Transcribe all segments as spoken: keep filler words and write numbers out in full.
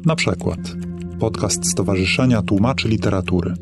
Na przykład podcast Stowarzyszenia Tłumaczy Literatury.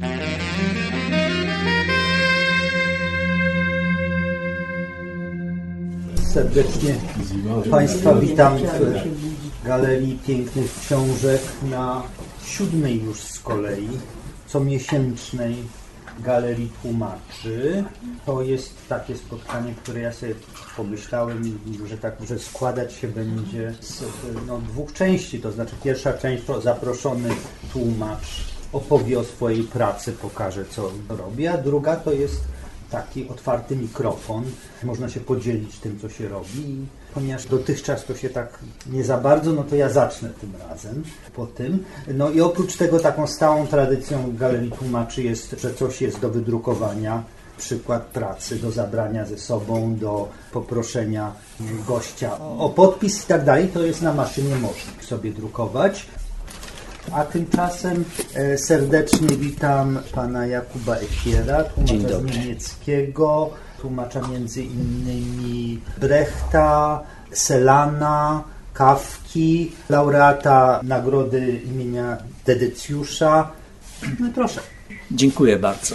Serdecznie Państwa witam w Galerii Pięknych Książek na siódmej już z kolei comiesięcznej Galerii Tłumaczy. To jest takie spotkanie, które ja sobie pomyślałem, że tak może składać się będzie z no, dwóch części. To znaczy pierwsza część to zaproszony tłumacz opowie o swojej pracy, pokaże co robi, a druga to jest taki otwarty mikrofon. Można się podzielić tym, co się robi. Ponieważ dotychczas to się tak nie za bardzo, no to ja zacznę tym razem po tym. No i oprócz tego taką stałą tradycją Galerii Tłumaczy jest, że coś jest do wydrukowania, przykład pracy, do zabrania ze sobą, do poproszenia gościa o podpis i tak dalej. To jest na maszynie, można sobie drukować. A tymczasem e, serdecznie witam pana Jakuba Ekiera, tłumacza z niemieckiego, tłumacza między innymi Brechta, Celana, Kafki, laureata nagrody imienia Dedecjusza. No proszę. Dziękuję bardzo.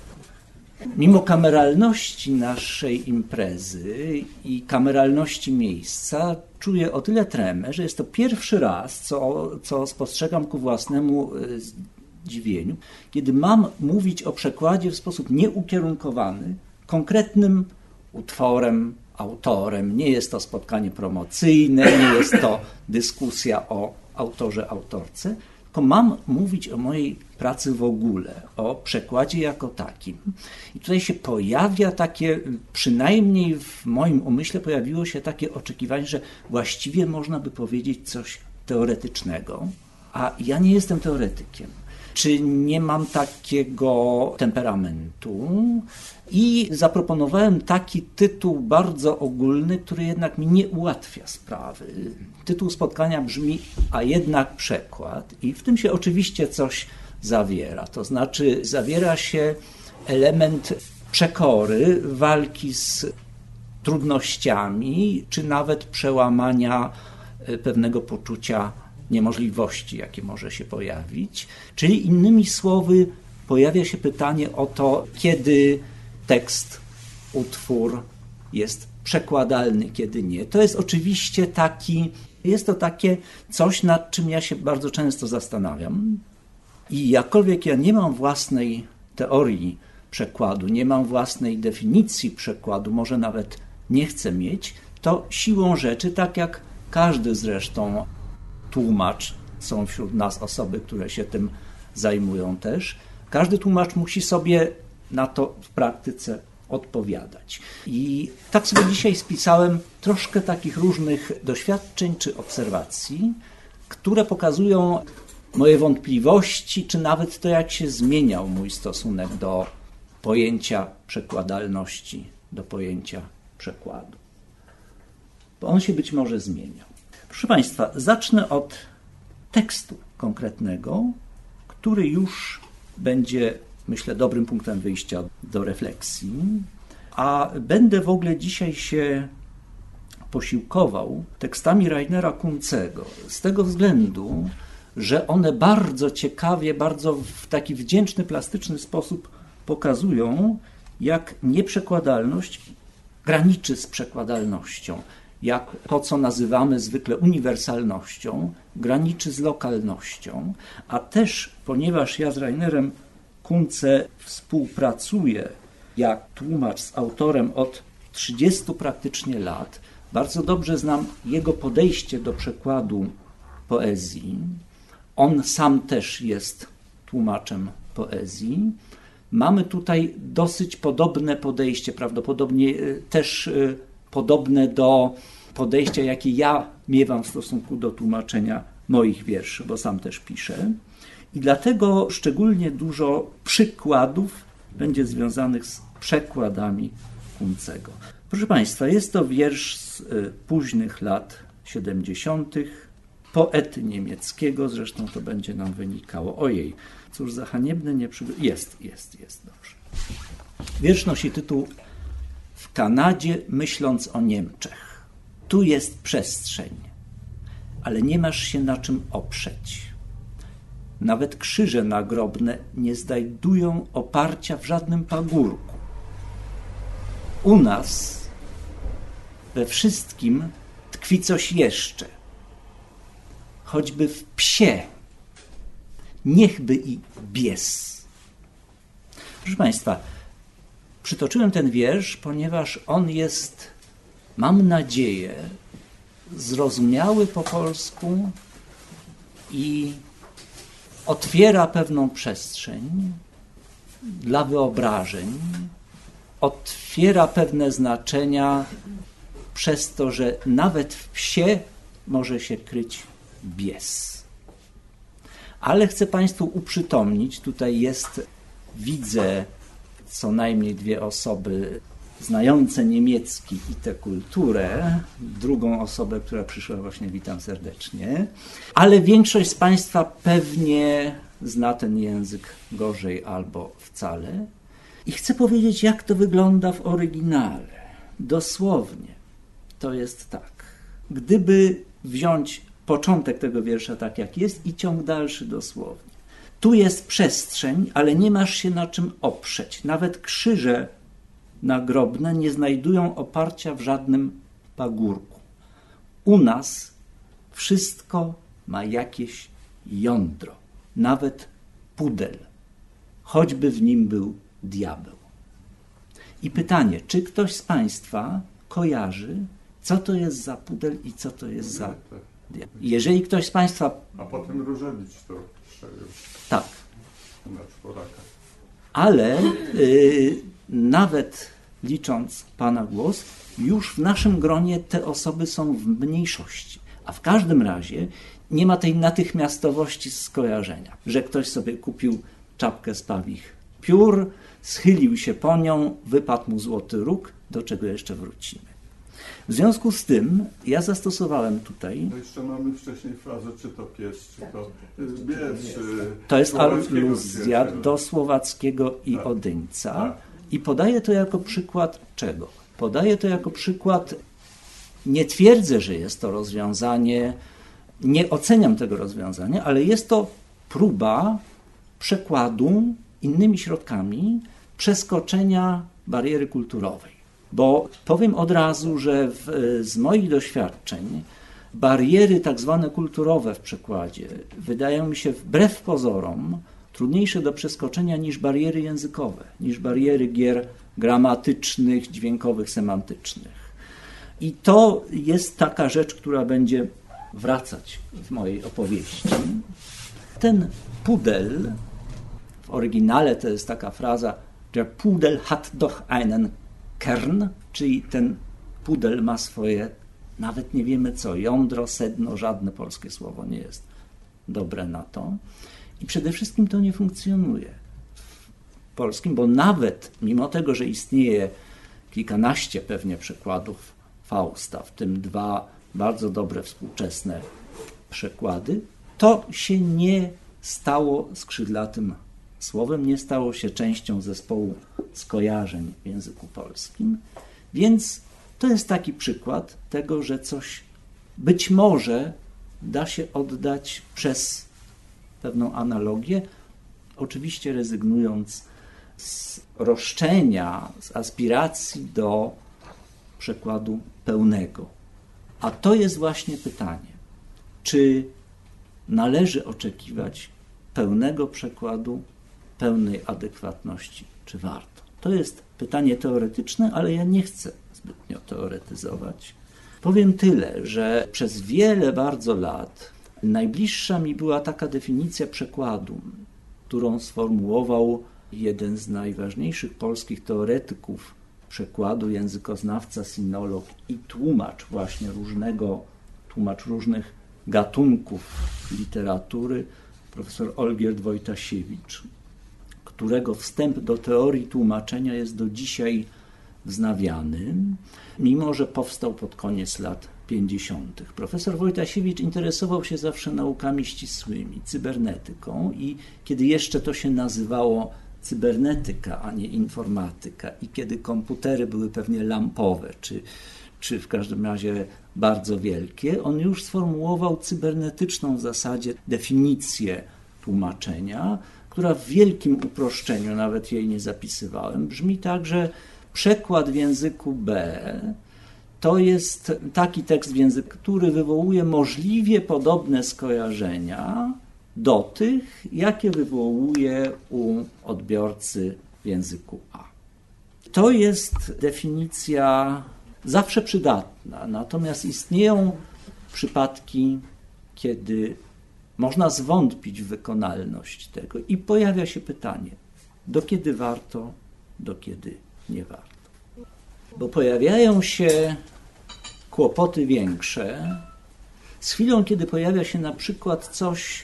Mimo kameralności naszej imprezy i kameralności miejsca czuję o tyle tremę, że jest to pierwszy raz, co, co spostrzegam ku własnemu zdziwieniu, kiedy mam mówić o przekładzie w sposób nieukierunkowany, konkretnym utworem, autorem. Nie jest to spotkanie promocyjne, nie jest to dyskusja o autorze, autorce, tylko mam mówić o mojej pracy w ogóle, o przekładzie jako takim. I tutaj się pojawia takie, przynajmniej w moim umyśle pojawiło się takie oczekiwanie, że właściwie można by powiedzieć coś teoretycznego, a ja nie jestem teoretykiem. Czy nie mam takiego temperamentu? I zaproponowałem taki tytuł bardzo ogólny, który jednak mi nie ułatwia sprawy. Tytuł spotkania brzmi, a jednak przekład. I w tym się oczywiście coś zawiera. To znaczy zawiera się element przekory, walki z trudnościami, czy nawet przełamania pewnego poczucia niemożliwości, jakie może się pojawić. Czyli innymi słowy pojawia się pytanie o to, kiedy tekst, utwór jest przekładalny, kiedy nie. To jest oczywiście taki, jest to takie coś, nad czym ja się bardzo często zastanawiam. I jakkolwiek ja nie mam własnej teorii przekładu, nie mam własnej definicji przekładu, może nawet nie chcę mieć, to siłą rzeczy, tak jak każdy zresztą tłumacz, są wśród nas osoby, które się tym zajmują też, każdy tłumacz musi sobie na to w praktyce odpowiadać. I tak sobie dzisiaj spisałem troszkę takich różnych doświadczeń czy obserwacji, które pokazują moje wątpliwości, czy nawet to, jak się zmieniał mój stosunek do pojęcia przekładalności, do pojęcia przekładu. Bo on się być może zmieniał. Proszę Państwa, zacznę od tekstu konkretnego, który już będzie, myślę, dobrym punktem wyjścia do refleksji, a będę w ogóle dzisiaj się posiłkował tekstami Rainera Kuntzego z tego względu, że one bardzo ciekawie, bardzo w taki wdzięczny, plastyczny sposób pokazują, jak nieprzekładalność graniczy z przekładalnością, jak to, co nazywamy zwykle uniwersalnością, graniczy z lokalnością, a też, ponieważ ja z Rainerem Kuntze współpracuję jak tłumacz z autorem od trzydziestu praktycznie lat, bardzo dobrze znam jego podejście do przekładu poezji. On sam też jest tłumaczem poezji. Mamy tutaj dosyć podobne podejście, prawdopodobnie też podobne do podejścia, jakie ja miewam w stosunku do tłumaczenia moich wierszy, bo sam też piszę. I dlatego szczególnie dużo przykładów będzie związanych z przekładami Kuntzego. Proszę Państwa, jest to wiersz z późnych lat siedemdziesiątych, poety niemieckiego, zresztą to będzie nam wynikało. Ojej, cóż za haniebne nie przyby... Jest, jest, jest, dobrze. Wiersz nosi tytuł W Kanadzie myśląc o Niemczech. Tu jest przestrzeń, ale nie masz się na czym oprzeć. nawet krzyże nagrobne nie znajdują oparcia w żadnym pagórku. U nas we wszystkim tkwi coś jeszcze, choćby w psie, niechby i bies. Proszę Państwa, przytoczyłem ten wiersz, ponieważ on jest, mam nadzieję, zrozumiały po polsku i otwiera pewną przestrzeń dla wyobrażeń, otwiera pewne znaczenia przez to, że nawet w psie może się kryć bies. Ale chcę Państwu uprzytomnić, tutaj jest, widzę co najmniej dwie osoby znające niemiecki i tę kulturę, drugą osobę, która przyszła właśnie, witam serdecznie, ale większość z Państwa pewnie zna ten język gorzej albo wcale. I chcę powiedzieć, jak to wygląda w oryginale. Dosłownie to jest tak. Gdyby wziąć początek tego wiersza tak jak jest i ciąg dalszy dosłownie. Tu jest przestrzeń, ale nie masz się na czym oprzeć. Nawet krzyże nagrobne nie znajdują oparcia w żadnym pagórku. U nas wszystko ma jakieś jądro, nawet pudel, choćby w nim był diabeł. I pytanie, czy ktoś z Państwa kojarzy, co to jest za pudel i co to jest za diabeł? Jeżeli ktoś z Państwa... A potem Różewicz to strzelił. Tak. Na czworaka. Ale yy, nawet licząc Pana głos, już w naszym gronie te osoby są w mniejszości. A w każdym razie nie ma tej natychmiastowości skojarzenia, że ktoś sobie kupił czapkę z pawich piór, schylił się po nią, wypadł mu złoty róg, do czego jeszcze wrócimy. W związku z tym ja zastosowałem tutaj... No jeszcze mamy wcześniej frazę, czy to pies, czy to bies. To jest aluzja do słowackiego i tak. Odyńca. Tak. I podaję to jako przykład czego? Podaję to jako przykład, nie twierdzę, że jest to rozwiązanie, nie oceniam tego rozwiązania, ale jest to próba przekładu innymi środkami przeskoczenia bariery kulturowej. Bo powiem od razu, że w, z moich doświadczeń bariery tak zwane kulturowe w przekładzie wydają mi się wbrew pozorom trudniejsze do przeskoczenia niż bariery językowe, niż bariery gier gramatycznych, dźwiękowych, semantycznych. I to jest taka rzecz, która będzie wracać w mojej opowieści. Ten pudel, w oryginale to jest taka fraza, der Pudel hat doch einen Kern, czyli ten pudel ma swoje, nawet nie wiemy co, jądro, sedno, żadne polskie słowo nie jest dobre na to. I przede wszystkim to nie funkcjonuje w polskim, bo nawet mimo tego, że istnieje kilkanaście pewnie przekładów Fausta, w tym dwa bardzo dobre współczesne przekłady, to się nie stało skrzydlatym słowem, nie stało się częścią zespołu skojarzeń w języku polskim. Więc to jest taki przykład tego, że coś być może da się oddać przez pewną analogię, oczywiście rezygnując z roszczenia, z aspiracji do przekładu pełnego. A to jest właśnie pytanie, czy należy oczekiwać pełnego przekładu, pełnej adekwatności, czy warto? To jest pytanie teoretyczne, ale ja nie chcę zbytnio teoretyzować. Powiem tyle, że przez wiele bardzo lat najbliższa mi była taka definicja przekładu, którą sformułował jeden z najważniejszych polskich teoretyków przekładu, językoznawca, sinolog i tłumacz właśnie różnego, tłumacz różnych gatunków literatury, profesor Olgierd Wojtasiewicz, którego wstęp do teorii tłumaczenia jest do dzisiaj wznawiany, mimo że powstał pod koniec lat pięćdziesiątych. Profesor Wojtasiewicz interesował się zawsze naukami ścisłymi, cybernetyką i kiedy jeszcze to się nazywało cybernetyka, a nie informatyka i kiedy komputery były pewnie lampowe, czy, czy w każdym razie bardzo wielkie, on już sformułował cybernetyczną w zasadzie definicję tłumaczenia, która w wielkim uproszczeniu, nawet jej nie zapisywałem, brzmi tak, że przekład w języku B to jest taki tekst w języku, który wywołuje możliwie podobne skojarzenia do tych, jakie wywołuje u odbiorcy w języku A. To jest definicja zawsze przydatna, natomiast istnieją przypadki, kiedy można zwątpić w wykonalność tego i pojawia się pytanie, do kiedy warto, do kiedy nie warto. Bo pojawiają się kłopoty większe z chwilą, kiedy pojawia się na przykład coś,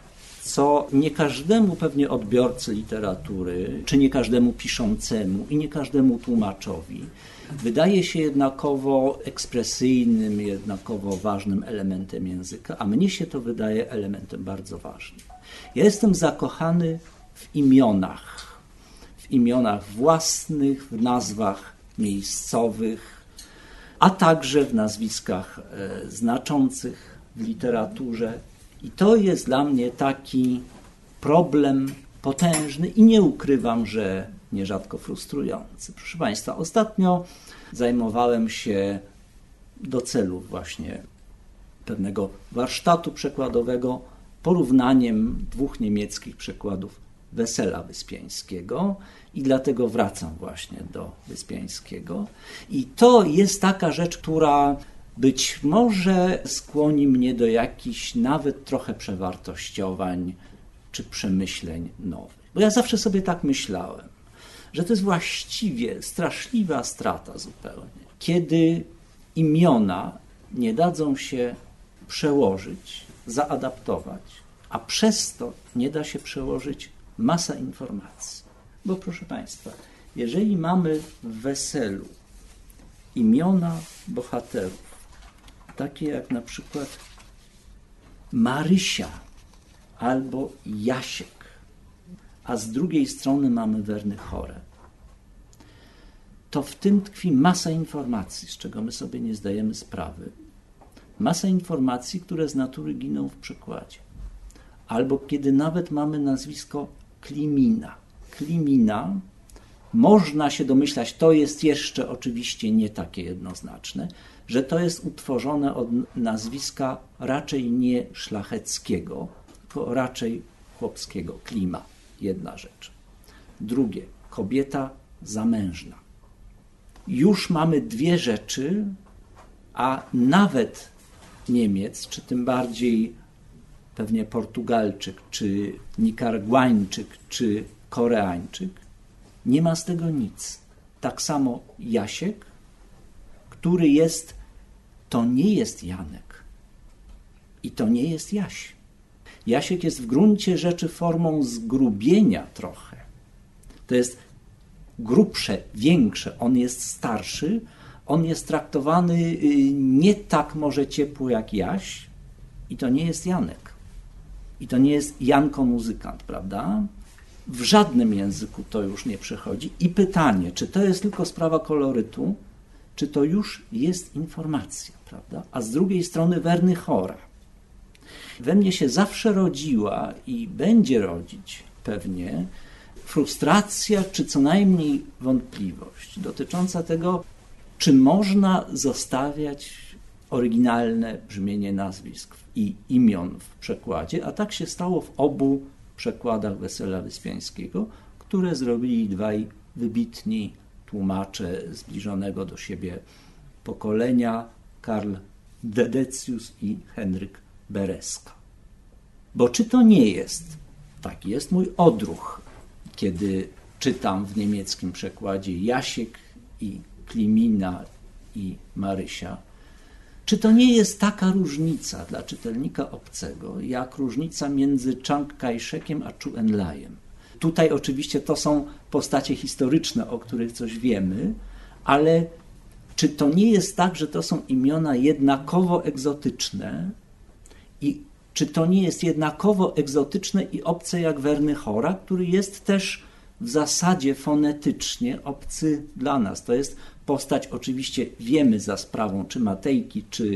co nie każdemu pewnie odbiorcy literatury, czy nie każdemu piszącemu i nie każdemu tłumaczowi wydaje się jednakowo ekspresyjnym, jednakowo ważnym elementem języka, a mnie się to wydaje elementem bardzo ważnym. Ja jestem zakochany w imionach, w imionach własnych, w nazwach miejscowych, a także w nazwiskach e, znaczących w literaturze. I to jest dla mnie taki problem potężny i nie ukrywam, że nierzadko frustrujący. Proszę Państwa, ostatnio zajmowałem się do celów właśnie pewnego warsztatu przekładowego porównaniem dwóch niemieckich przekładów Wesela Wyspiańskiego i dlatego wracam właśnie do Wyspiańskiego. I to jest taka rzecz, która być może skłoni mnie do jakichś nawet trochę przewartościowań czy przemyśleń nowych. Bo ja zawsze sobie tak myślałem, że to jest właściwie straszliwa strata zupełnie, kiedy imiona nie dadzą się przełożyć, zaadaptować, a przez to nie da się przełożyć masa informacji. Bo proszę Państwa, jeżeli mamy w Weselu imiona bohaterów, takie jak na przykład Marysia albo Jasiek, a z drugiej strony mamy Wernychorę, to w tym tkwi masa informacji, z czego my sobie nie zdajemy sprawy. Masa informacji, które z natury giną w przekładzie. Albo kiedy nawet mamy nazwisko Klimina. Klimina, można się domyślać, to jest jeszcze oczywiście nie takie jednoznaczne, że to jest utworzone od nazwiska raczej nie szlacheckiego, tylko raczej chłopskiego, Klima. Jedna rzecz. Drugie, kobieta zamężna. Już mamy dwie rzeczy, a nawet Niemiec, czy tym bardziej pewnie Portugalczyk, czy Nikaragłańczyk, czy Koreańczyk, nie ma z tego nic. Tak samo Jasiek, który jest, to nie jest Janek i to nie jest Jaś. Jasiek jest w gruncie rzeczy formą zgrubienia trochę. To jest grubsze, większe, on jest starszy, on jest traktowany nie tak może ciepło jak Jaś i to nie jest Janek. I to nie jest Janko muzykant, prawda? W żadnym języku to już nie przechodzi. I pytanie, czy to jest tylko sprawa kolorytu, czy to już jest informacja, prawda? A z drugiej strony Wernychora. We mnie się zawsze rodziła i będzie rodzić pewnie frustracja, czy co najmniej wątpliwość dotycząca tego, czy można zostawiać oryginalne brzmienie nazwisk i imion w przekładzie, a tak się stało w obu przekładach Wesela Wyspiańskiego, które zrobili dwaj wybitni tłumacze zbliżonego do siebie pokolenia, Karl Dedecius i Henryk Bereska. Bo czy to nie jest, taki jest mój odruch, kiedy czytam w niemieckim przekładzie Jasiek i Klimina i Marysia, czy to nie jest taka różnica dla czytelnika obcego, jak różnica między Chiang Kai-shekiem a Zhou Enlaiem? Tutaj oczywiście to są postacie historyczne, o których coś wiemy, ale czy to nie jest tak, że to są imiona jednakowo egzotyczne i czy to nie jest jednakowo egzotyczne i obce jak Wernychora, który jest też w zasadzie fonetycznie obcy dla nas? To jest postać, oczywiście wiemy za sprawą czy Matejki, czy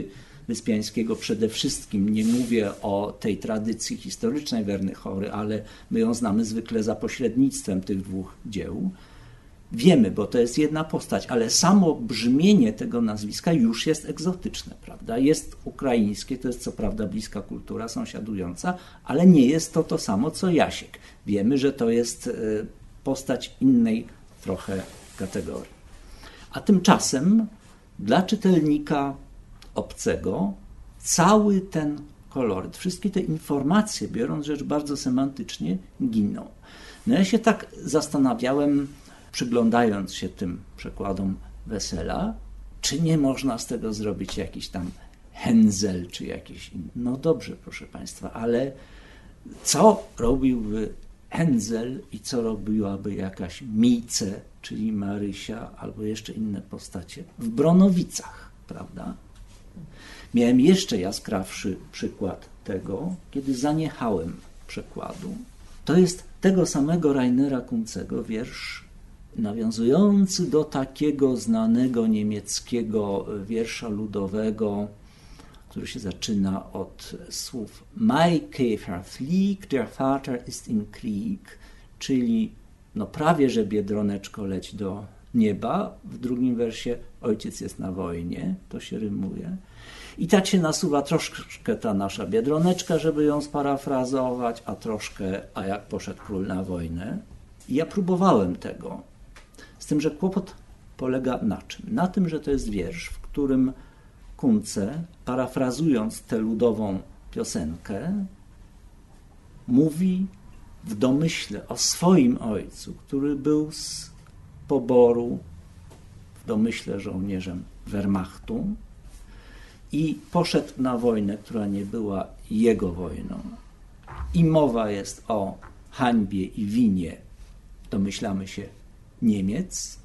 Wyspiańskiego przede wszystkim. Nie mówię o tej tradycji historycznej Wernychory, ale my ją znamy zwykle za pośrednictwem tych dwóch dzieł. Wiemy, bo to jest jedna postać, ale samo brzmienie tego nazwiska już jest egzotyczne, prawda? Jest ukraińskie, to jest co prawda bliska kultura sąsiadująca, ale nie jest to to samo co Jasiek. Wiemy, że to jest postać innej trochę kategorii. A tymczasem dla czytelnika obcego cały ten koloryt, wszystkie te informacje, biorąc rzecz bardzo semantycznie, giną. No ja się tak zastanawiałem, przyglądając się tym przekładom Wesela, czy nie można z tego zrobić jakiś tam Hänsel, czy jakiś inny. No dobrze, proszę Państwa, ale co robiłby Hänsel i co robiłaby jakaś Mice, czyli Marysia, albo jeszcze inne postacie w Bronowicach, prawda? Miałem jeszcze jaskrawszy przykład tego, kiedy zaniechałem przekładu. To jest tego samego Rainera Kuncego wiersz nawiązujący do takiego znanego niemieckiego wiersza ludowego, który się zaczyna od słów Maikäfer fliegt, der Vater ist im Krieg, czyli no prawie, że Biedroneczko leć do nieba. W drugim wersie ojciec jest na wojnie, to się rymuje. I tak się nasuwa troszkę ta nasza Biedroneczka, żeby ją sparafrazować, a troszkę, a jak poszedł król na wojnę. I ja próbowałem tego, z tym, że kłopot polega na czym? Na tym, że to jest wiersz, w którym Kunce, parafrazując tę ludową piosenkę, mówi w domyśle o swoim ojcu, który był z poboru, w domyśle żołnierzem Wehrmachtu i poszedł na wojnę, która nie była jego wojną. I mowa jest o hańbie i winie, domyślamy się, Niemiec.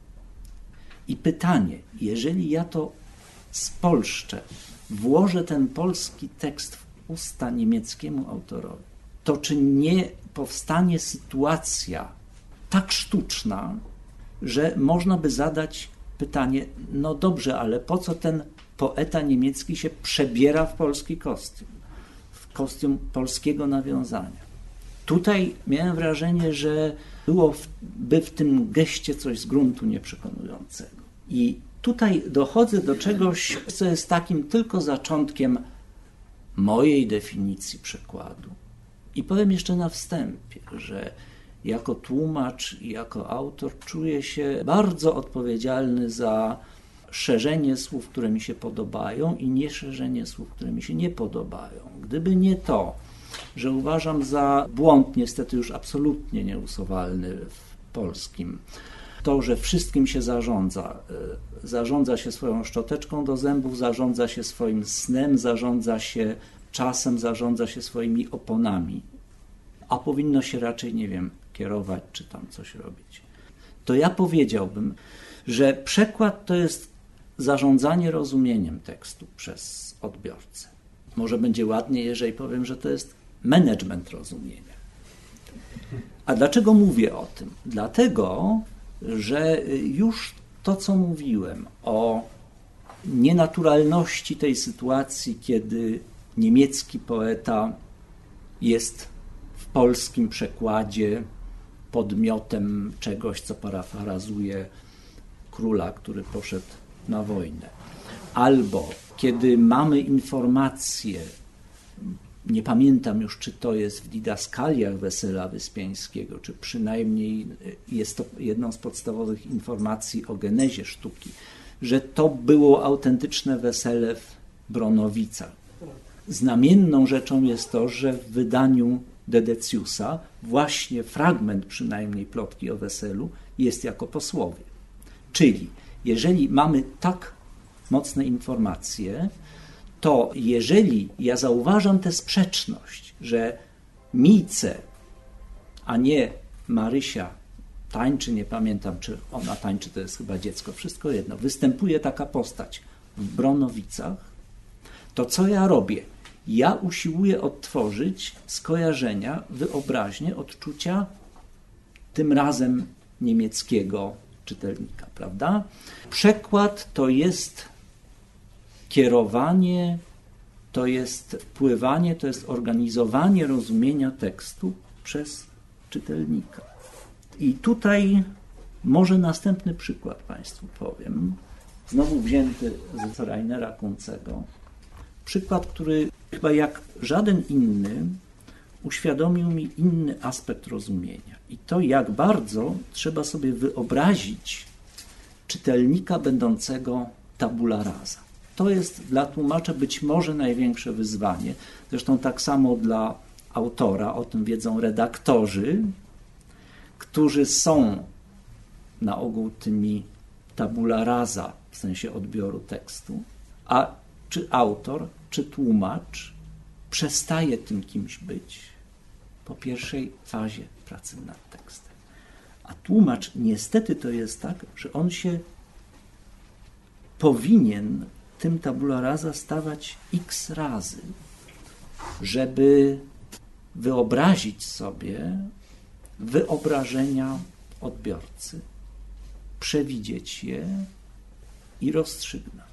I pytanie, jeżeli ja to spolszczę, włożę ten polski tekst w usta niemieckiemu autorowi, to czy nie powstanie sytuacja tak sztuczna, że można by zadać pytanie, no dobrze, ale po co ten poeta niemiecki się przebiera w polski kostium, w kostium polskiego nawiązania? Tutaj miałem wrażenie, że byłoby w tym geście coś z gruntu nieprzekonującego. I tutaj dochodzę do czegoś, co jest takim tylko zaczątkiem mojej definicji przekładu. I powiem jeszcze na wstępie, że jako tłumacz i jako autor czuję się bardzo odpowiedzialny za szerzenie słów, które mi się podobają i nieszerzenie słów, które mi się nie podobają. Gdyby nie to, że uważam za błąd, niestety już absolutnie nieusuwalny w polskim, to, że wszystkim się zarządza. Zarządza się swoją szczoteczką do zębów, zarządza się swoim snem, zarządza się czasem, zarządza się swoimi oponami, a powinno się raczej, nie wiem, kierować czy tam coś robić. To ja powiedziałbym, że przekład to jest zarządzanie rozumieniem tekstu przez odbiorcę. Może będzie ładnie, jeżeli powiem, że to jest management rozumienia. A dlaczego mówię o tym? Dlatego, że już to, co mówiłem o nienaturalności tej sytuacji, kiedy niemiecki poeta jest w polskim przekładzie podmiotem czegoś, co parafrazuje króla, który poszedł na wojnę. Albo kiedy mamy informacje, nie pamiętam już, czy to jest w didaskaliach Wesela Wyspiańskiego, czy przynajmniej jest to jedną z podstawowych informacji o genezie sztuki, że to było autentyczne wesele w Bronowicach. Znamienną rzeczą jest to, że w wydaniu Dedeciusa właśnie fragment przynajmniej plotki o weselu jest jako posłowie. Czyli jeżeli mamy tak mocne informacje, to jeżeli ja zauważam tę sprzeczność, że Mice, a nie Marysia tańczy, nie pamiętam, czy ona tańczy, to jest chyba dziecko, wszystko jedno, występuje taka postać w Bronowicach, to co ja robię? Ja usiłuję odtworzyć skojarzenia, wyobraźnię, odczucia tym razem niemieckiego czytelnika, prawda? Przekład to jest kierowanie, to jest wpływanie, to jest organizowanie rozumienia tekstu przez czytelnika. I tutaj może następny przykład Państwu powiem, znowu wzięty z Rainera Kuntzego. Przykład, który chyba jak żaden inny uświadomił mi inny aspekt rozumienia. I to, jak bardzo trzeba sobie wyobrazić czytelnika będącego tabula rasa. To jest dla tłumacza być może największe wyzwanie. Zresztą tak samo dla autora, o tym wiedzą redaktorzy, którzy są na ogół tymi tabula rasa w sensie odbioru tekstu, a czy autor, czy tłumacz przestaje tym kimś być po pierwszej fazie pracy nad tekstem. A tłumacz niestety to jest tak, że on się powinien tym tabula rasa stawać x razy, żeby wyobrazić sobie wyobrażenia odbiorcy, przewidzieć je i rozstrzygnąć.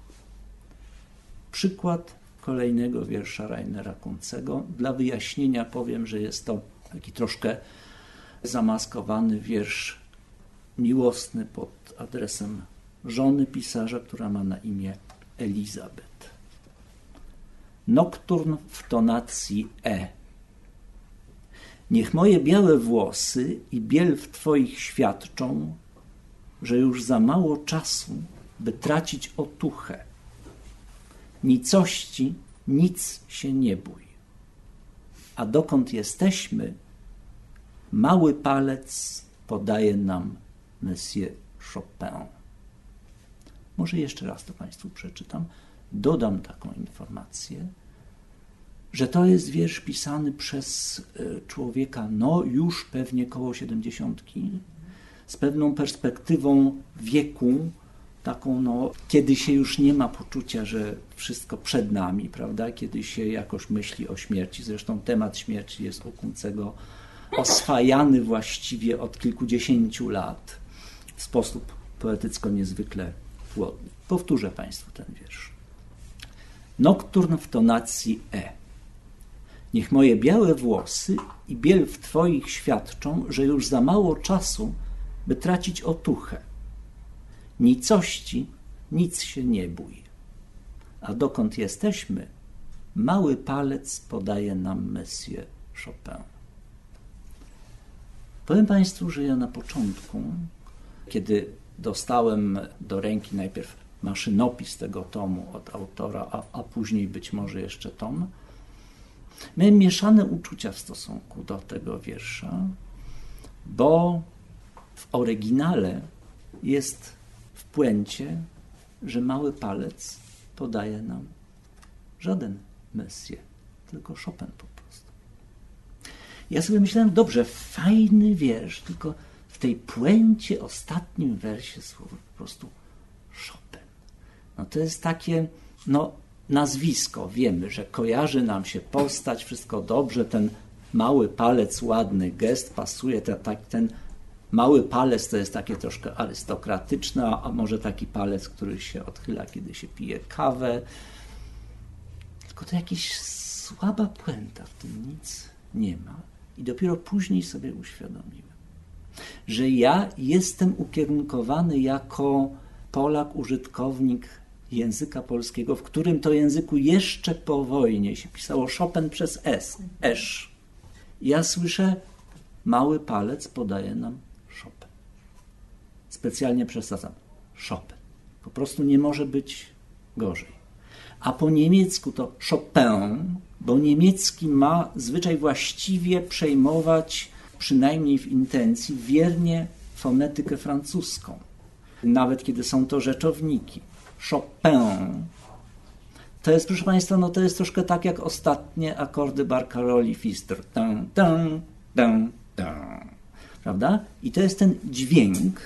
Przykład kolejnego wiersza Rainera Kuntzego. Dla wyjaśnienia powiem, że jest to taki troszkę zamaskowany wiersz miłosny pod adresem żony pisarza, która ma na imię Elizabeth. Nokturn w tonacji E. Niech moje białe włosy i biel w twoich świadczą, że już za mało czasu, by tracić otuchę. Nicości nic się nie bój. A dokąd jesteśmy, mały palec podaje nam Monsieur Chopin. Może jeszcze raz to Państwu przeczytam. Dodam taką informację, że to jest wiersz pisany przez człowieka, no już pewnie koło siedemdziesiątki, z pewną perspektywą wieku, taką, no, kiedy się już nie ma poczucia, że wszystko przed nami, prawda? Kiedy się jakoś myśli o śmierci. Zresztą temat śmierci jest u Kuntzego oswajany właściwie od kilkudziesięciu lat w sposób poetycko niezwykle płodny. Powtórzę Państwu ten wiersz. Nokturn w tonacji E. Niech moje białe włosy i biel w twoich świadczą, że już za mało czasu, by tracić otuchę. Nicości nic się nie bój. A dokąd jesteśmy, mały palec podaje nam Monsieur Chopin. Powiem Państwu, że ja na początku, kiedy dostałem do ręki najpierw maszynopis tego tomu od autora, a, a później być może jeszcze tom, miałem mieszane uczucia w stosunku do tego wiersza, bo w oryginale jest w puencie, że mały palec podaje nam żaden Monsieur, tylko Chopin po prostu. Ja sobie myślałem, dobrze, fajny wiersz, tylko w tej puencie, ostatnim wersie słowo po prostu Chopin. No to jest takie, no nazwisko, wiemy, że kojarzy nam się postać, wszystko dobrze, ten mały palec, ładny gest, pasuje, ten, ten mały palec to jest takie troszkę arystokratyczne, a może taki palec, który się odchyla, kiedy się pije kawę. Tylko to jakaś słaba puenta, w tym nic nie ma. I dopiero później sobie uświadomiłem, że ja jestem ukierunkowany jako Polak, użytkownik języka polskiego, w którym to języku jeszcze po wojnie się pisało Chopin przez S, esz. Ja słyszę, mały palec podaje nam Chopin. Specjalnie przesadzam. Chopin. Po prostu nie może być gorzej. A po niemiecku to Chopin, bo niemiecki ma zwyczaj właściwie przejmować, przynajmniej w intencji, wiernie fonetykę francuską. Nawet kiedy są to rzeczowniki. Chopin. To jest, proszę Państwa, no to jest troszkę tak jak ostatnie akordy Barcaroli Pfister. Dun, dun, dun, dun. Prawda? I to jest ten dźwięk,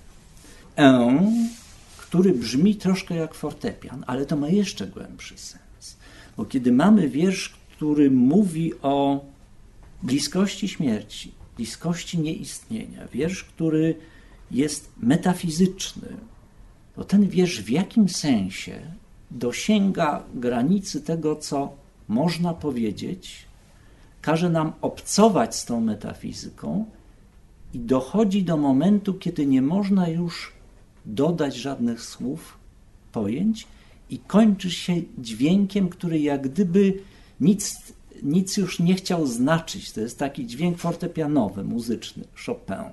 e, który brzmi troszkę jak fortepian, ale to ma jeszcze głębszy sens. Bo kiedy mamy wiersz, który mówi o bliskości śmierci, bliskości nieistnienia, wiersz, który jest metafizyczny, to ten wiersz w jakim sensie dosięga granicy tego, co można powiedzieć, każe nam obcować z tą metafizyką i dochodzi do momentu, kiedy nie można już dodać żadnych słów, pojęć i kończy się dźwiękiem, który jak gdyby nic, nic już nie chciał znaczyć. To jest taki dźwięk fortepianowy, muzyczny, Chopin.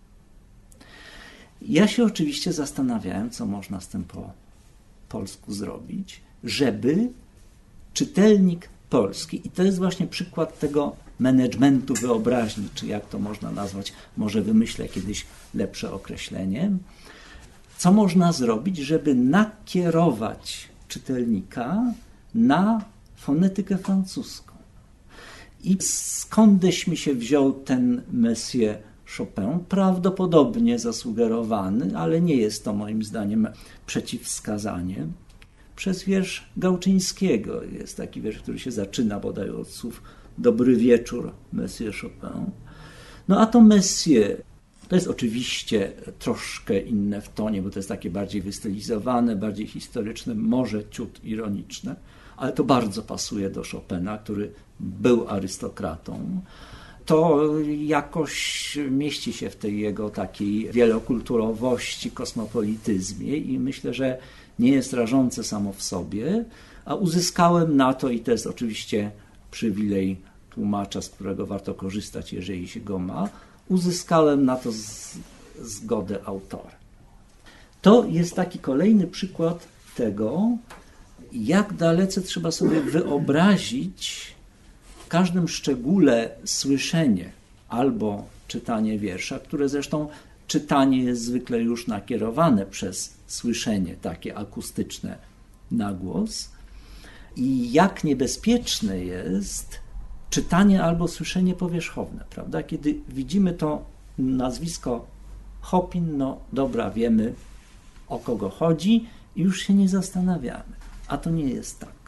Ja się oczywiście zastanawiałem, co można z tym po polsku zrobić, żeby czytelnik polski, i to jest właśnie przykład tego managementu wyobraźni, czy jak to można nazwać, może wymyślę kiedyś lepsze określenie, co można zrobić, żeby nakierować czytelnika na fonetykę francuską. I skądś mi się wziął ten Monsieur Chopin, prawdopodobnie zasugerowany, ale nie jest to moim zdaniem przeciwwskazanie, przez wiersz Gałczyńskiego. Jest taki wiersz, który się zaczyna bodaj od słów dobry wieczór, Monsieur Chopin. No a to Monsieur to jest oczywiście troszkę inne w tonie, bo to jest takie bardziej wystylizowane, bardziej historyczne, może ciut ironiczne, ale to bardzo pasuje do Chopina, który był arystokratą. To jakoś mieści się w tej jego takiej wielokulturowości, kosmopolityzmie i myślę, że nie jest rażące samo w sobie, a uzyskałem na to, i to jest oczywiście przywilej tłumacza, z którego warto korzystać, jeżeli się go ma, uzyskałem na to z, zgodę autora. To jest taki kolejny przykład tego, jak dalece trzeba sobie wyobrazić w każdym szczególe słyszenie albo czytanie wiersza, które zresztą czytanie jest zwykle już nakierowane przez słyszenie takie akustyczne na głos, i jak niebezpieczne jest czytanie albo słyszenie powierzchowne, prawda? Kiedy widzimy to nazwisko Chopin, no dobra, wiemy, o kogo chodzi i już się nie zastanawiamy, a to nie jest tak.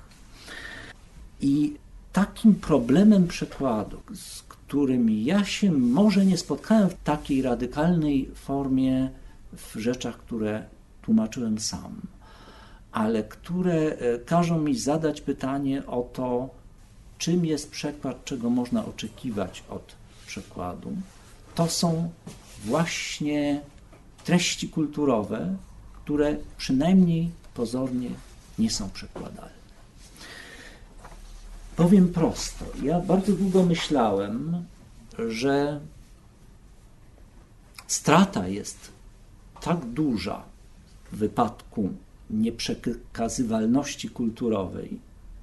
I takim problemem przekładu, z którym ja się może nie spotkałem w takiej radykalnej formie w rzeczach, które tłumaczyłem sam, ale które każą mi zadać pytanie o to, czym jest przekład, czego można oczekiwać od przekładu, to są właśnie treści kulturowe, które przynajmniej pozornie nie są przekładalne. Powiem prosto, ja bardzo długo myślałem, że strata jest tak duża w wypadku nieprzekazywalności kulturowej,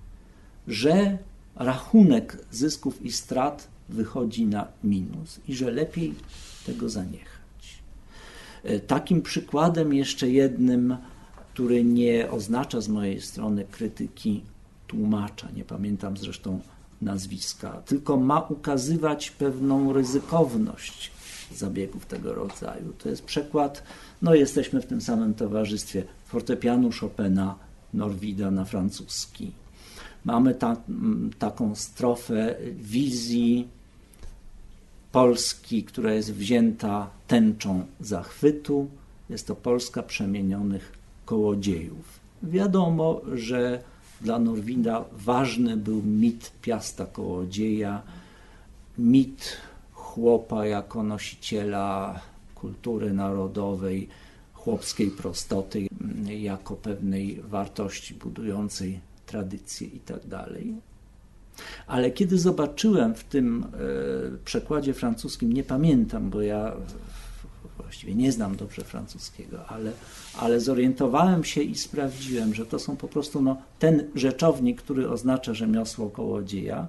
że rachunek zysków i strat wychodzi na minus i że lepiej tego zaniechać. Takim przykładem jeszcze jednym, który nie oznacza z mojej strony krytyki tłumacza, nie pamiętam zresztą nazwiska, tylko ma ukazywać pewną ryzykowność zabiegów tego rodzaju. To jest przykład, no jesteśmy w tym samym towarzystwie, fortepianu Chopina, Norwida na francuski. Mamy ta, taką strofę wizji Polski, która jest wzięta tęczą zachwytu. Jest to Polska przemienionych kołodziejów. Wiadomo, że dla Norwida ważny był mit piasta kołodzieja, mit chłopa jako nosiciela kultury narodowej, chłopskiej prostoty, jako pewnej wartości budującej tradycję i tak dalej. Ale kiedy zobaczyłem w tym e, przekładzie francuskim, nie pamiętam, bo ja właściwie nie znam dobrze francuskiego, ale, ale zorientowałem się i sprawdziłem, że to są po prostu no, ten rzeczownik, który oznacza rzemiosło kołodzieja,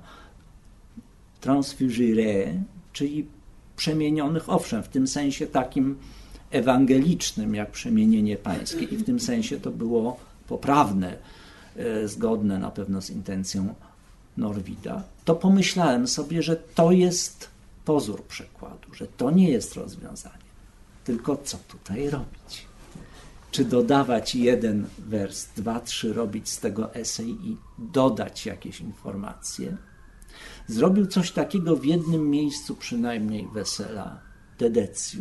transfugere, czyli przemienionych, owszem, w tym sensie takim ewangelicznym, jak przemienienie pańskie, i w tym sensie to było poprawne, e, zgodne na pewno z intencją Norwida, to pomyślałem sobie, że to jest pozór przekładu, że to nie jest rozwiązanie. Tylko co tutaj robić? Czy dodawać jeden wers, dwa, trzy, robić z tego esej i dodać jakieś informacje? Zrobił coś takiego w jednym miejscu przynajmniej Wesela,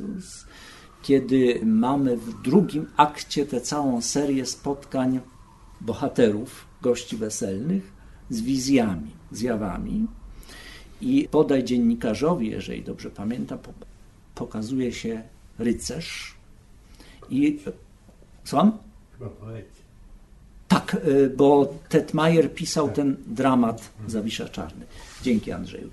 Dedecius, kiedy mamy w drugim akcie tę całą serię spotkań bohaterów, gości weselnych z wizjami, zjawami. I podaj dziennikarzowi, jeżeli dobrze pamiętam, pokazuje się rycerz i... Słucham? Chyba poeci. Tak, bo Tetmajer pisał ten dramat Zawisza Czarny. Dzięki, Andrzeju.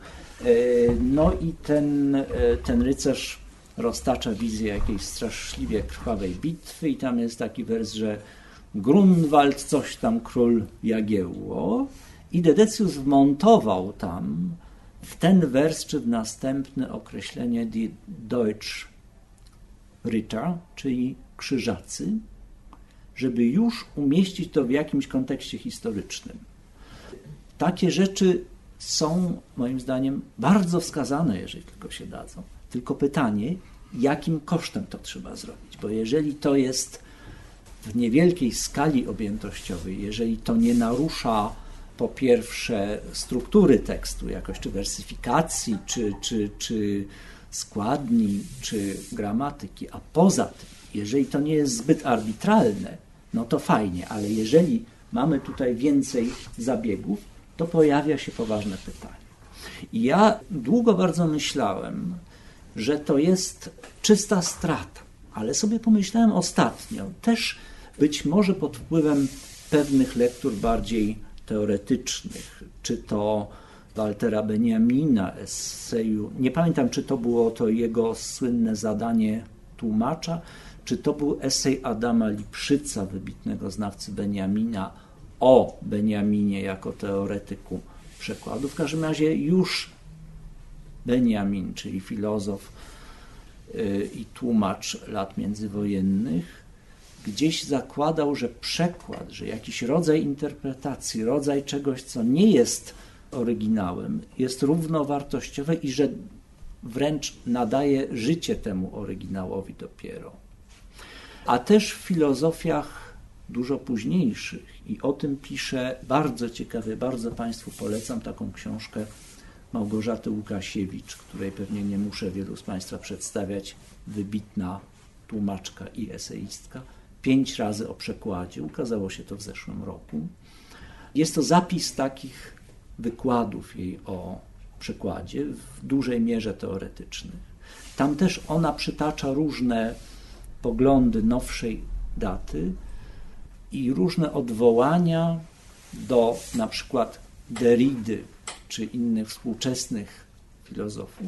No i ten, ten rycerz roztacza wizję jakiejś straszliwie krwawej bitwy i tam jest taki wers, że Grunwald coś tam król Jagiełło i Dedecius wmontował tam w ten wers czy w następny określenie die Deutsch Ritter, czyli krzyżacy, żeby już umieścić to w jakimś kontekście historycznym. Takie rzeczy są, moim zdaniem, bardzo wskazane, jeżeli tylko się dadzą. Tylko pytanie, jakim kosztem to trzeba zrobić, bo jeżeli to jest w niewielkiej skali objętościowej, jeżeli to nie narusza po pierwsze struktury tekstu jakoś, czy wersyfikacji, czy, czy, czy składni, czy gramatyki, a poza tym, jeżeli to nie jest zbyt arbitralne, no to fajnie, ale jeżeli mamy tutaj więcej zabiegów, to pojawia się poważne pytanie. I ja długo bardzo myślałem, że to jest czysta strata, ale sobie pomyślałem ostatnio, też być może pod wpływem pewnych lektur bardziej teoretycznych, czy to Waltera Benjamina, eseju, nie pamiętam, czy to było to jego słynne zadanie tłumacza, czy to był esej Adama Lipszyca, wybitnego znawcy Benjamina, o Benjaminie jako teoretyku przekładu. W każdym razie już Benjamin, czyli filozof yy, i tłumacz lat międzywojennych, gdzieś zakładał, że przekład, że jakiś rodzaj interpretacji, rodzaj czegoś, co nie jest oryginałem, jest równowartościowe i że wręcz nadaje życie temu oryginałowi dopiero. A też w filozofiach dużo późniejszych, i o tym pisze bardzo ciekawie, bardzo Państwu polecam taką książkę Małgorzaty Łukasiewicz, której pewnie nie muszę wielu z Państwa przedstawiać, wybitna tłumaczka i eseistka, pięć razy o przekładzie, ukazało się to w zeszłym roku. Jest to zapis takich wykładów jej o przekładzie, w dużej mierze teoretycznych. Tam też ona przytacza różne poglądy nowszej daty i różne odwołania do na przykład Derridy czy innych współczesnych filozofów,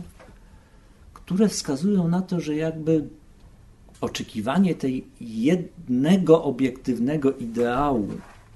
które wskazują na to, że jakby oczekiwanie tej jednego obiektywnego ideału,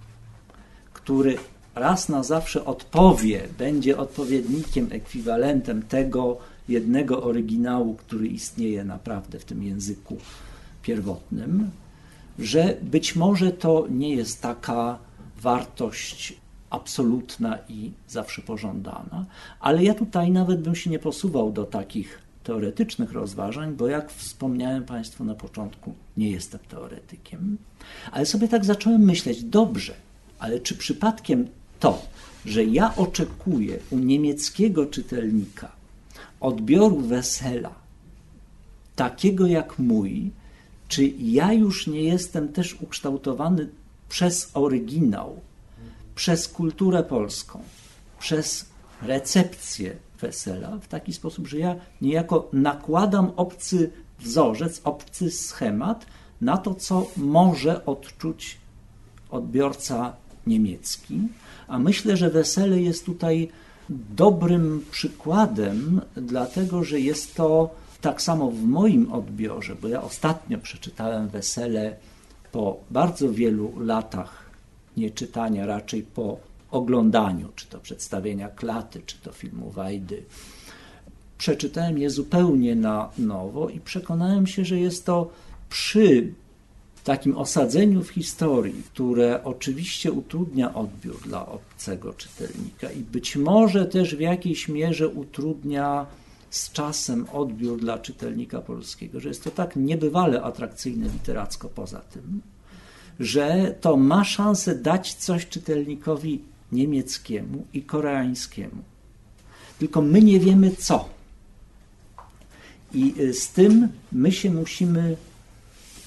który raz na zawsze odpowie, będzie odpowiednikiem, ekwiwalentem tego jednego oryginału, który istnieje naprawdę w tym języku pierwotnym, że być może to nie jest taka wartość absolutna i zawsze pożądana, ale ja tutaj nawet bym się nie posuwał do takich teoretycznych rozważań, bo jak wspomniałem Państwu na początku, nie jestem teoretykiem, ale sobie tak zacząłem myśleć, dobrze, ale czy przypadkiem to, że ja oczekuję u niemieckiego czytelnika odbioru Wesela takiego jak mój, czy ja już nie jestem też ukształtowany przez oryginał, przez kulturę polską, przez recepcję Wesela w taki sposób, że ja niejako nakładam obcy wzorzec, obcy schemat na to, co może odczuć odbiorca niemiecki, a myślę, że Wesele jest tutaj dobrym przykładem, dlatego że jest to tak samo w moim odbiorze, bo ja ostatnio przeczytałem Wesele po bardzo wielu latach nieczytania, raczej po oglądaniu, czy to przedstawienia Klaty, czy to filmu Wajdy. Przeczytałem je zupełnie na nowo i przekonałem się, że jest to przy takim osadzeniu w historii, które oczywiście utrudnia odbiór dla obcego czytelnika i być może też w jakiejś mierze utrudnia z czasem odbiór dla czytelnika polskiego, że jest to tak niebywale atrakcyjne literacko poza tym, że to ma szansę dać coś czytelnikowi niemieckiemu i koreańskiemu. Tylko my nie wiemy co. I z tym my się musimy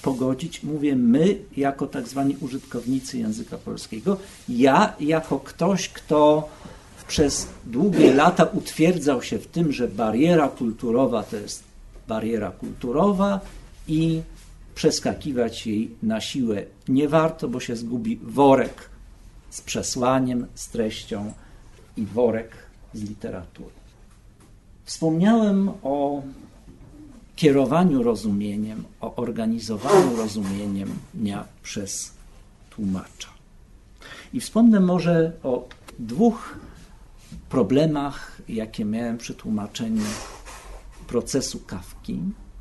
pogodzić. Mówię my, jako tak zwani użytkownicy języka polskiego. Ja, jako ktoś, kto przez długie lata utwierdzał się w tym, że bariera kulturowa to jest bariera kulturowa i przeskakiwać jej na siłę nie warto, bo się zgubi worek z przesłaniem, z treścią i worek z literaturą. Wspomniałem o kierowaniu rozumieniem, o organizowaniu rozumieniem dnia przez tłumacza. I wspomnę może o dwóch problemach, jakie miałem przy tłumaczeniu procesu Kafki.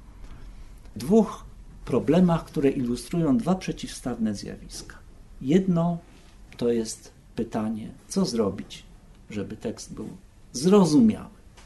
Dwóch problemach, które ilustrują dwa przeciwstawne zjawiska. Jedno to jest pytanie, co zrobić, żeby tekst był zrozumiały.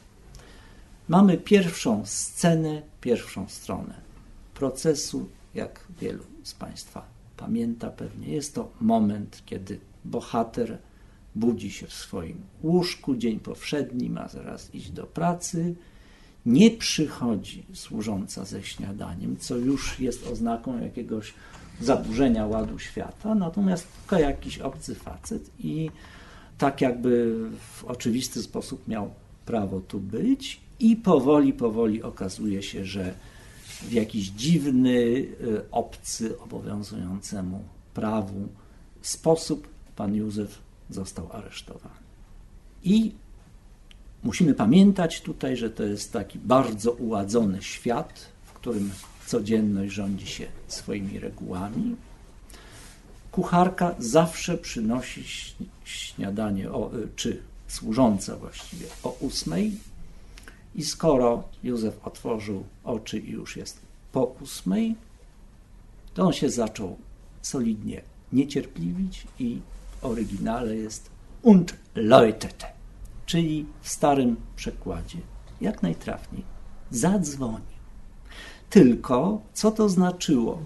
Mamy pierwszą scenę, pierwszą stronę procesu, jak wielu z Państwa pamięta pewnie. Jest to moment, kiedy bohater budzi się w swoim łóżku, dzień powszedni, ma zaraz iść do pracy. Nie przychodzi służąca ze śniadaniem, co już jest oznaką jakiegoś zaburzenia ładu świata, natomiast tylko jakiś obcy facet i tak jakby w oczywisty sposób miał prawo tu być i powoli, powoli okazuje się, że w jakiś dziwny, obcy obowiązującemu prawu sposób pan Józef został aresztowany. I musimy pamiętać tutaj, że to jest taki bardzo uładzony świat, w którym codzienność rządzi się swoimi regułami. Kucharka zawsze przynosi śniadanie, o, czy służąca właściwie, o ósmej i skoro Józef otworzył oczy i już jest po ósmej, to on się zaczął solidnie niecierpliwić i w oryginale jest und läutete, czyli w starym przekładzie, jak najtrafniej, zadzwonił. Tylko co to znaczyło?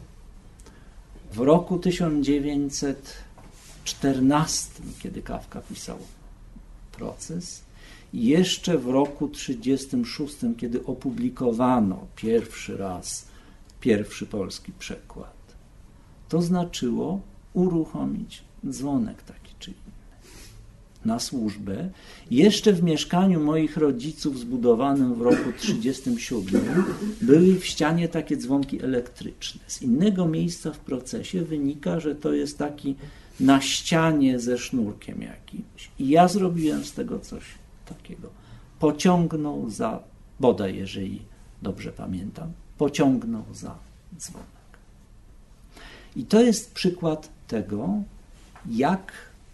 W roku tysiąc dziewięćset czternastym, kiedy Kafka pisał Proces, i jeszcze w roku tysiąc dziewięćset trzydziestym szóstym, kiedy opublikowano pierwszy raz pierwszy polski przekład, to znaczyło uruchomić dzwonek taki czy inny na służbę. Jeszcze w mieszkaniu moich rodziców zbudowanym w roku tysiąc dziewięćset trzydziestym siódmym były w ścianie takie dzwonki elektryczne. Z innego miejsca w procesie wynika, że to jest taki na ścianie ze sznurkiem jakimś. I ja zrobiłem z tego coś takiego. Pociągnął za, bodaj jeżeli dobrze pamiętam, pociągnął za dzwonek. I to jest przykład tego, jak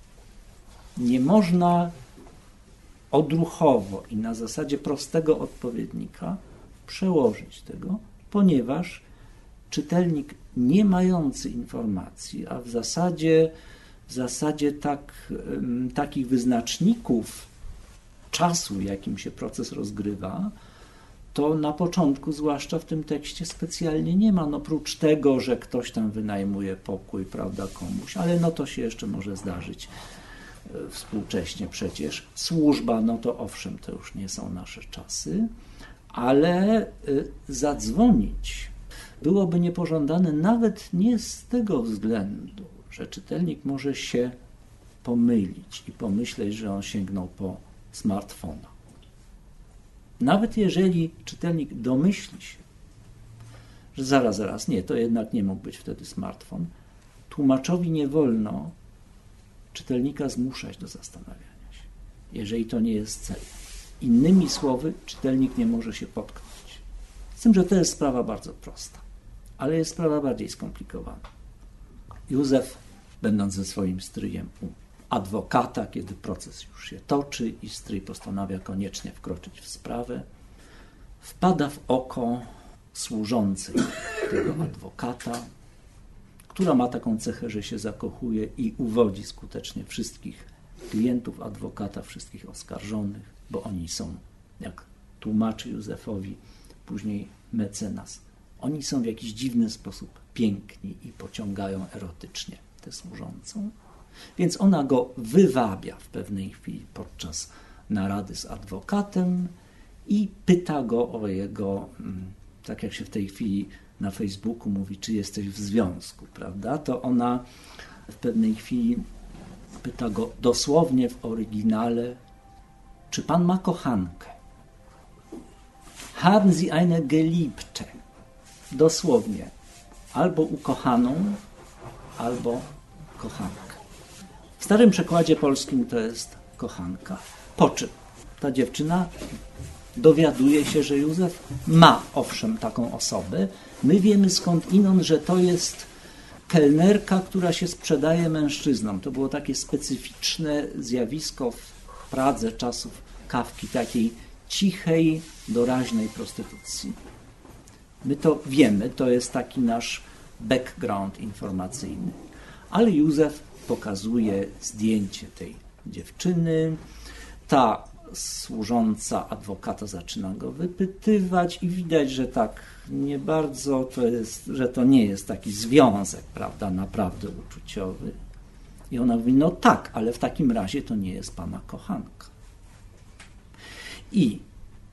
nie można odruchowo i na zasadzie prostego odpowiednika przełożyć tego, ponieważ czytelnik nie mający informacji, a w zasadzie, w zasadzie tak, takich wyznaczników czasu, jakim się proces rozgrywa, to na początku, zwłaszcza w tym tekście, specjalnie nie ma. No, oprócz tego, że ktoś tam wynajmuje pokój, prawda, komuś, ale no to się jeszcze może zdarzyć współcześnie przecież. Służba, no to owszem, to już nie są nasze czasy, ale zadzwonić byłoby niepożądane nawet nie z tego względu, że czytelnik może się pomylić i pomyśleć, że on sięgnął po smartfona. Nawet jeżeli czytelnik domyśli się, że zaraz, zaraz, nie, to jednak nie mógł być wtedy smartfon, tłumaczowi nie wolno czytelnika zmuszać do zastanawiania się, jeżeli to nie jest cel. Innymi słowy, czytelnik nie może się potknąć. Z tym, że to jest sprawa bardzo prosta, ale jest sprawa bardziej skomplikowana. Józef, będąc ze swoim stryjem u adwokata, kiedy proces już się toczy i stryj postanawia koniecznie wkroczyć w sprawę, wpada w oko służącej tego adwokata, która ma taką cechę, że się zakochuje i uwodzi skutecznie wszystkich klientów adwokata, wszystkich oskarżonych, bo oni są, jak tłumaczy Józefowi później mecenas, oni są w jakiś dziwny sposób piękni i pociągają erotycznie tę służącą. Więc ona go wywabia w pewnej chwili podczas narady z adwokatem i pyta go o jego, tak jak się w tej chwili na Facebooku mówi, czy jesteś w związku, prawda? To ona w pewnej chwili pyta go dosłownie w oryginale, czy pan ma kochankę? Haben Sie eine Geliebte? Dosłownie. Albo ukochaną, albo kochankę. W starym przekładzie polskim to jest kochanka. Po czym ta dziewczyna dowiaduje się, że Józef ma owszem taką osobę. My wiemy skąd inąd, że to jest kelnerka, która się sprzedaje mężczyznom. To było takie specyficzne zjawisko w Pradze czasów Kafki, takiej cichej, doraźnej prostytucji. My to wiemy, to jest taki nasz background informacyjny. Ale Józef pokazuje zdjęcie tej dziewczyny, ta służąca adwokata zaczyna go wypytywać i widać, że tak nie bardzo to jest, że to nie jest taki związek, prawda, naprawdę uczuciowy. I ona mówi, no tak, ale w takim razie to nie jest pana kochanka. I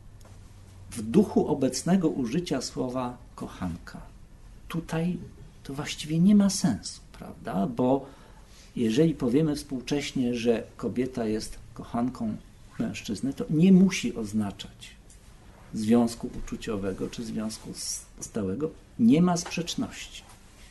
w duchu obecnego użycia słowa kochanka tutaj to właściwie nie ma sensu, prawda, bo jeżeli powiemy współcześnie, że kobieta jest kochanką mężczyzny, to nie musi oznaczać związku uczuciowego czy związku stałego. Nie ma sprzeczności.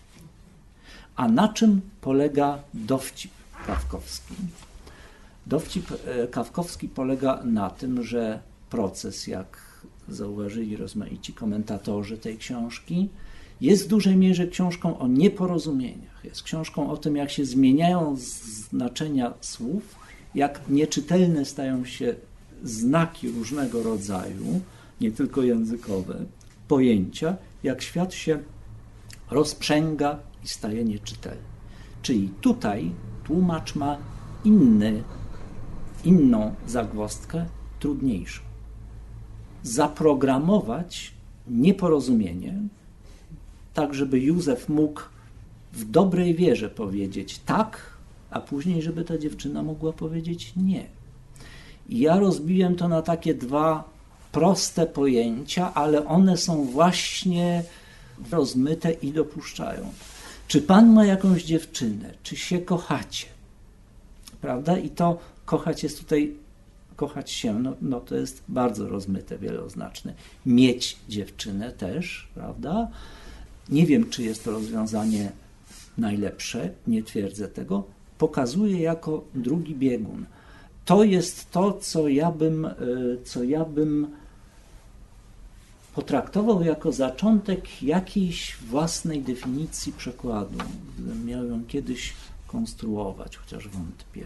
A na czym polega dowcip kafkowski? Dowcip kafkowski polega na tym, że proces, jak zauważyli rozmaici komentatorzy tej książki, jest w dużej mierze książką o nieporozumieniach. Jest książką o tym, jak się zmieniają znaczenia słów, jak nieczytelne stają się znaki różnego rodzaju, nie tylko językowe, pojęcia, jak świat się rozprzęga i staje nieczytelny. Czyli tutaj tłumacz ma inny, inną zagwozdkę, trudniejszą. Zaprogramować nieporozumienie, tak żeby Józef mógł w dobrej wierze powiedzieć tak, a później, żeby ta dziewczyna mogła powiedzieć nie. I ja rozbiłem to na takie dwa proste pojęcia, ale one są właśnie rozmyte i dopuszczają. Czy pan ma jakąś dziewczynę? Czy się kochacie? Prawda? I to kochać jest tutaj, kochać się, no, no to jest bardzo rozmyte, wieloznaczne. Mieć dziewczynę też, prawda? Nie wiem, czy jest to rozwiązanie najlepsze, nie twierdzę tego. Pokazuje jako drugi biegun. To jest to, co ja bym, co ja bym potraktował jako zaczątek jakiejś własnej definicji przekładu. Gdybym miał ją kiedyś konstruować, chociaż wątpię.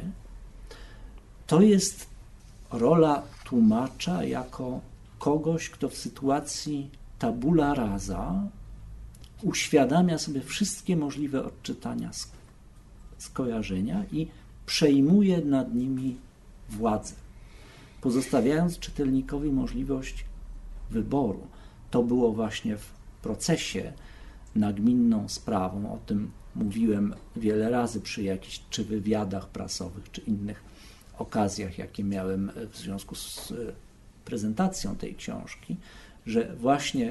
To jest rola tłumacza jako kogoś, kto w sytuacji tabula rasa uświadamia sobie wszystkie możliwe odczytania skojarzenia i przejmuje nad nimi władzę, pozostawiając czytelnikowi możliwość wyboru. To było właśnie w procesie nagminną sprawą, o tym mówiłem wiele razy przy jakichś czy wywiadach prasowych, czy innych okazjach, jakie miałem w związku z prezentacją tej książki, że właśnie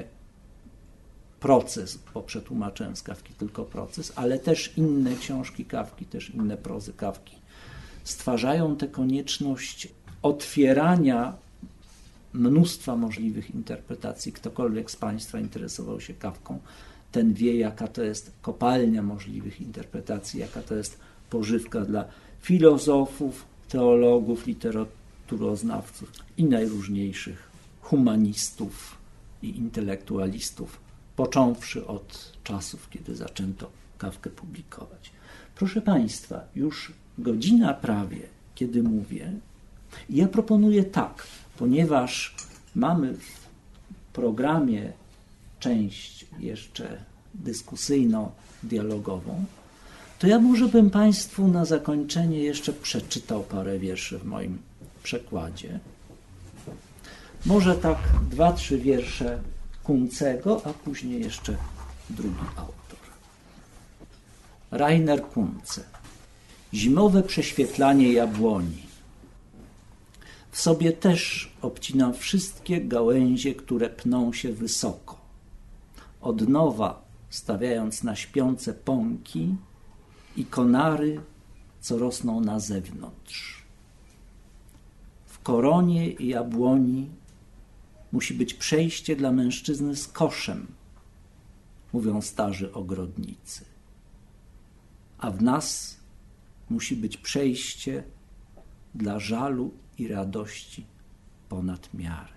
proces, bo przetłumaczyłem z Kafki tylko proces, ale też inne książki Kafki, też inne prozy Kafki stwarzają tę konieczność otwierania mnóstwa możliwych interpretacji. Ktokolwiek z Państwa interesował się Kafką, ten wie, jaka to jest kopalnia możliwych interpretacji, jaka to jest pożywka dla filozofów, teologów, literaturoznawców i najróżniejszych humanistów i intelektualistów, począwszy od czasów, kiedy zaczęto Kafkę publikować. Proszę Państwa, już godzina prawie, kiedy mówię, i ja proponuję tak, ponieważ mamy w programie część jeszcze dyskusyjno-dialogową, to ja może bym Państwu na zakończenie jeszcze przeczytał parę wierszy w moim przekładzie. Może tak dwa, trzy wiersze Kuncego, a później jeszcze drugi autor. Rainer Kunze. Zimowe prześwietlanie jabłoni. W sobie też obcinam wszystkie gałęzie, które pną się wysoko. od nowa stawiając na śpiące pąki i konary, co rosną na zewnątrz. W koronie i jabłoni musi być przejście dla mężczyzny z koszem, mówią starzy ogrodnicy. A w nas musi być przejście dla żalu i radości ponad miarę.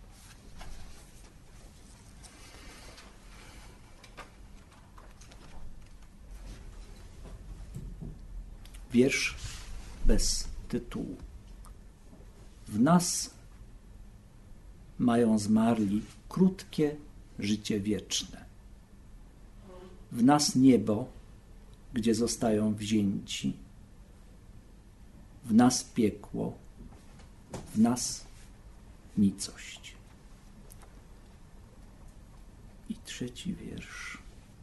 Wiersz bez tytułu. W nas mają zmarli krótkie życie wieczne. W nas niebo, gdzie zostają wzięci. W nas piekło, w nas nicość. I trzeci wiersz.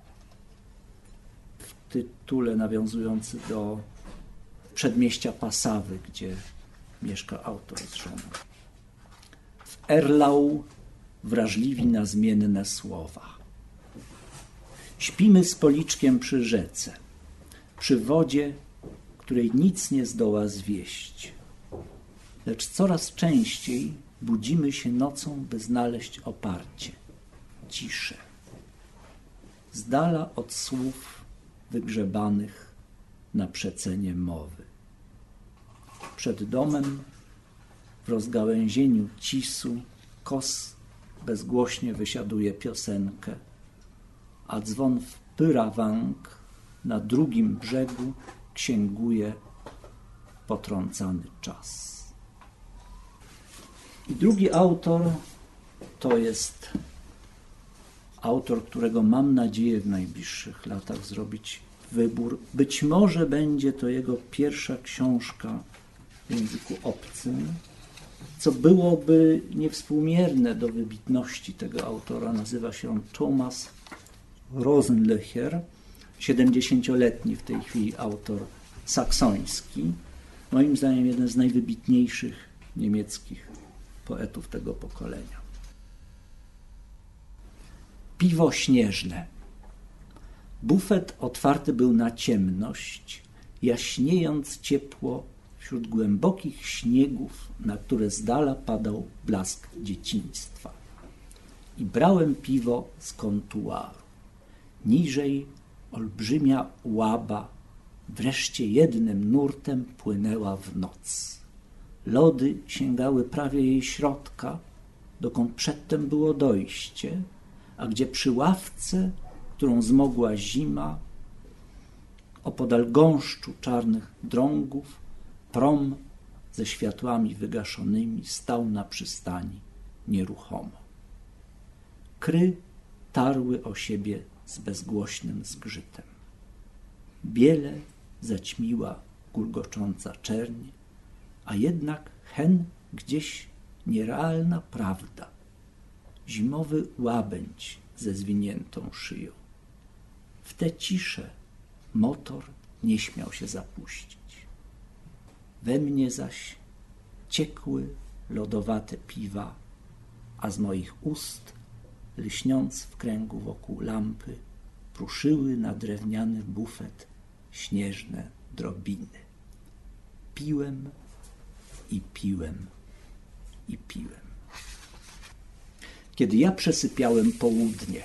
W tytule nawiązujący do przedmieścia Passawy, gdzie mieszka autor trzonu. W Erlau wrażliwi na zmienne słowa. Śpimy z policzkiem przy rzece, przy wodzie, której nic nie zdoła zwieść. Lecz coraz częściej budzimy się nocą, by znaleźć oparcie, ciszę. Z dala od słów wygrzebanych na przecenie mowy. Przed domem w rozgałęzieniu cisu kos bezgłośnie wysiaduje piosenkę, a dzwon w pyrawang na drugim brzegu księguje potrącany czas. I drugi autor to jest autor, którego mam nadzieję w najbliższych latach zrobić wybór. Być może będzie to jego pierwsza książka w języku obcym, co byłoby niewspółmierne do wybitności tego autora. Nazywa się on Thomas Rosenlöcher, siedemdziesięcioletni w tej chwili autor saksoński. Moim zdaniem jeden z najwybitniejszych niemieckich poetów tego pokolenia. Piwo śnieżne. Bufet otwarty był na ciemność, jaśniejąc ciepło wśród głębokich śniegów, na które z dala padał blask dzieciństwa. I brałem piwo z kontuaru. Niżej olbrzymia łaba wreszcie jednym nurtem płynęła w noc. Lody sięgały prawie jej środka, dokąd przedtem było dojście, a gdzie przy ławce, którą zmogła zima, opodal gąszczu czarnych drągów, prom ze światłami wygaszonymi stał na przystani nieruchomo. Kry tarły o siebie z bezgłośnym zgrzytem. Biele zaćmiła gulgocząca czerń, a jednak hen gdzieś nierealna prawda. Zimowy łabędź ze zwiniętą szyją. W tę ciszę motor nie śmiał się zapuścić. We mnie zaś ciekły lodowate piwa, a z moich ust, lśniąc w kręgu wokół lampy, pruszyły na drewniany bufet śnieżne drobiny. Piłem i piłem i piłem. Kiedy ja przesypiałem południe,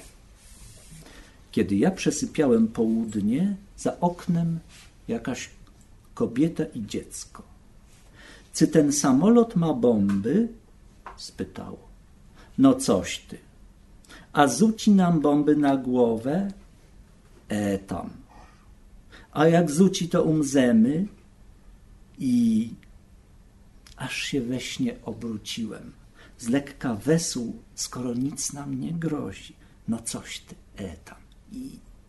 kiedy ja przesypiałem południe, za oknem jakaś kobieta i dziecko. Czy ten samolot ma bomby? Spytało. No coś ty. A rzuci nam bomby na głowę? E tam. A jak rzuci, to umrzemy? I aż się we śnie obróciłem. Z lekka wesół, skoro nic nam nie grozi. No coś ty, e tam. I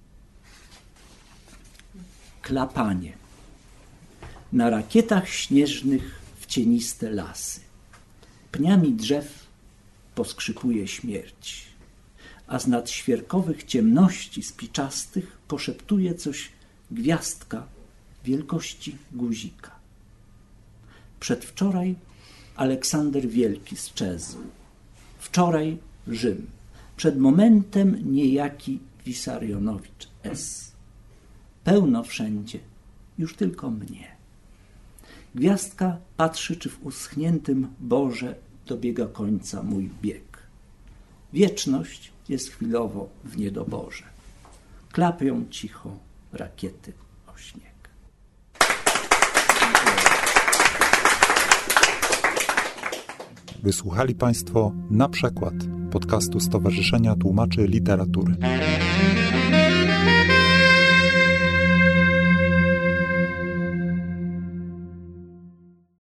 klapanie. Na rakietach śnieżnych w cieniste lasy. Pniami drzew poskrzypuje śmierć, a z nad świerkowych ciemności spiczastych poszeptuje coś gwiazdka wielkości guzika. Przedwczoraj Aleksander Wielki zczezł. Wczoraj Rzym. Przed momentem niejaki Wisarionowicz S. Pełno wszędzie, już tylko mnie. Gwiazdka patrzy, czy w uschniętym Boże dobiega końca mój bieg. Wieczność jest chwilowo w niedoborze. Klapią cicho rakiety o śnieg. Wysłuchali Państwo na przykład podcastu Stowarzyszenia Tłumaczy Literatury.